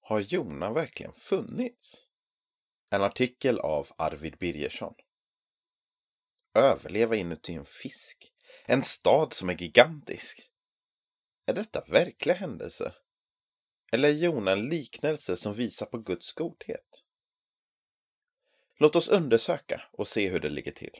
Har Jona verkligen funnits? En artikel av Arvid Birgersson. Överleva inuti en fisk. En stad som är gigantisk. Är detta verkliga händelser? Eller är Jona en liknelse som visar på Guds godhet? Låt oss undersöka och se hur det ligger till.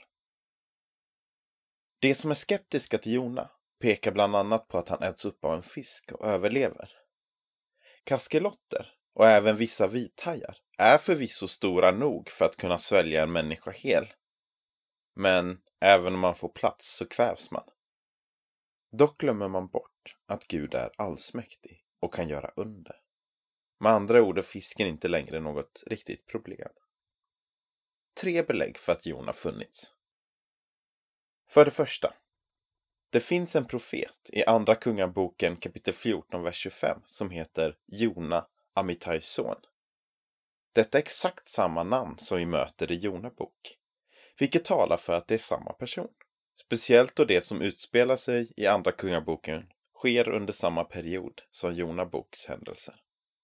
De som är skeptiska till Jona pekar bland annat på att han äts upp av en fisk och överlever. Kaskelotter och även vissa vithajar är förvisso stora nog för att kunna svälja en människa hel. Men även om man får plats så kvävs man. Dock glömmer man bort att Gud är allsmäktig och kan göra under. Med andra ord är fisken inte längre något riktigt problem. 3 belägg för att Jona funnits. För det första. Det finns en profet i andra kungaboken kapitel 14 vers 25 som heter Jona, Amittais son. Detta är exakt samma namn som vi möter i Jona bok, vilket talar för att det är samma person. Speciellt då det som utspelar sig i andra kungaboken sker under samma period som Jona boks händelser.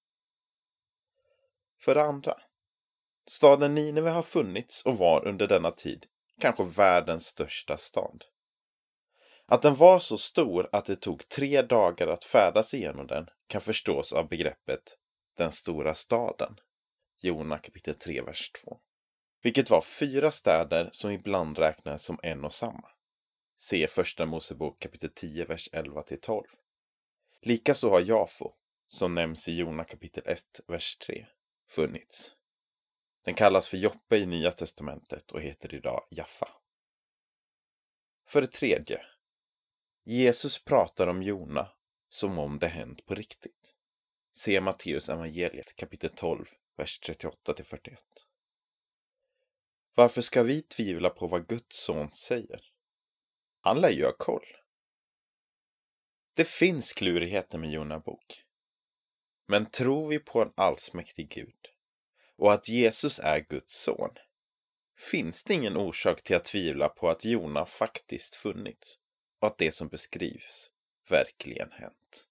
För det andra. Staden Nineve har funnits och var under denna tid kanske världens största stad. Att den var så stor att det tog 3 dagar att färdas igenom den kan förstås av begreppet den stora staden. Jona kapitel 3 vers 2. Vilket var 4 städer som ibland räknas som en och samma. Se första Mosebok kapitel 10 vers 11-12. Likaså har Jafo, som nämns i Jona kapitel 1 vers 3, funnits. Den kallas för Joppe i Nya testamentet och heter idag Jaffa. För det tredje. Jesus pratar om Jona som om det hänt på riktigt. Se Matteus evangeliet kapitel 12 vers 38-41. Varför ska vi tvivla på vad Guds son säger? Han lär ju ha koll. Det finns klurigheter med Jona bok. Men tror vi på en allsmäktig Gud och att Jesus är Guds son, finns det ingen orsak till att tvivla på att Jona faktiskt funnits och att det som beskrivs verkligen hänt.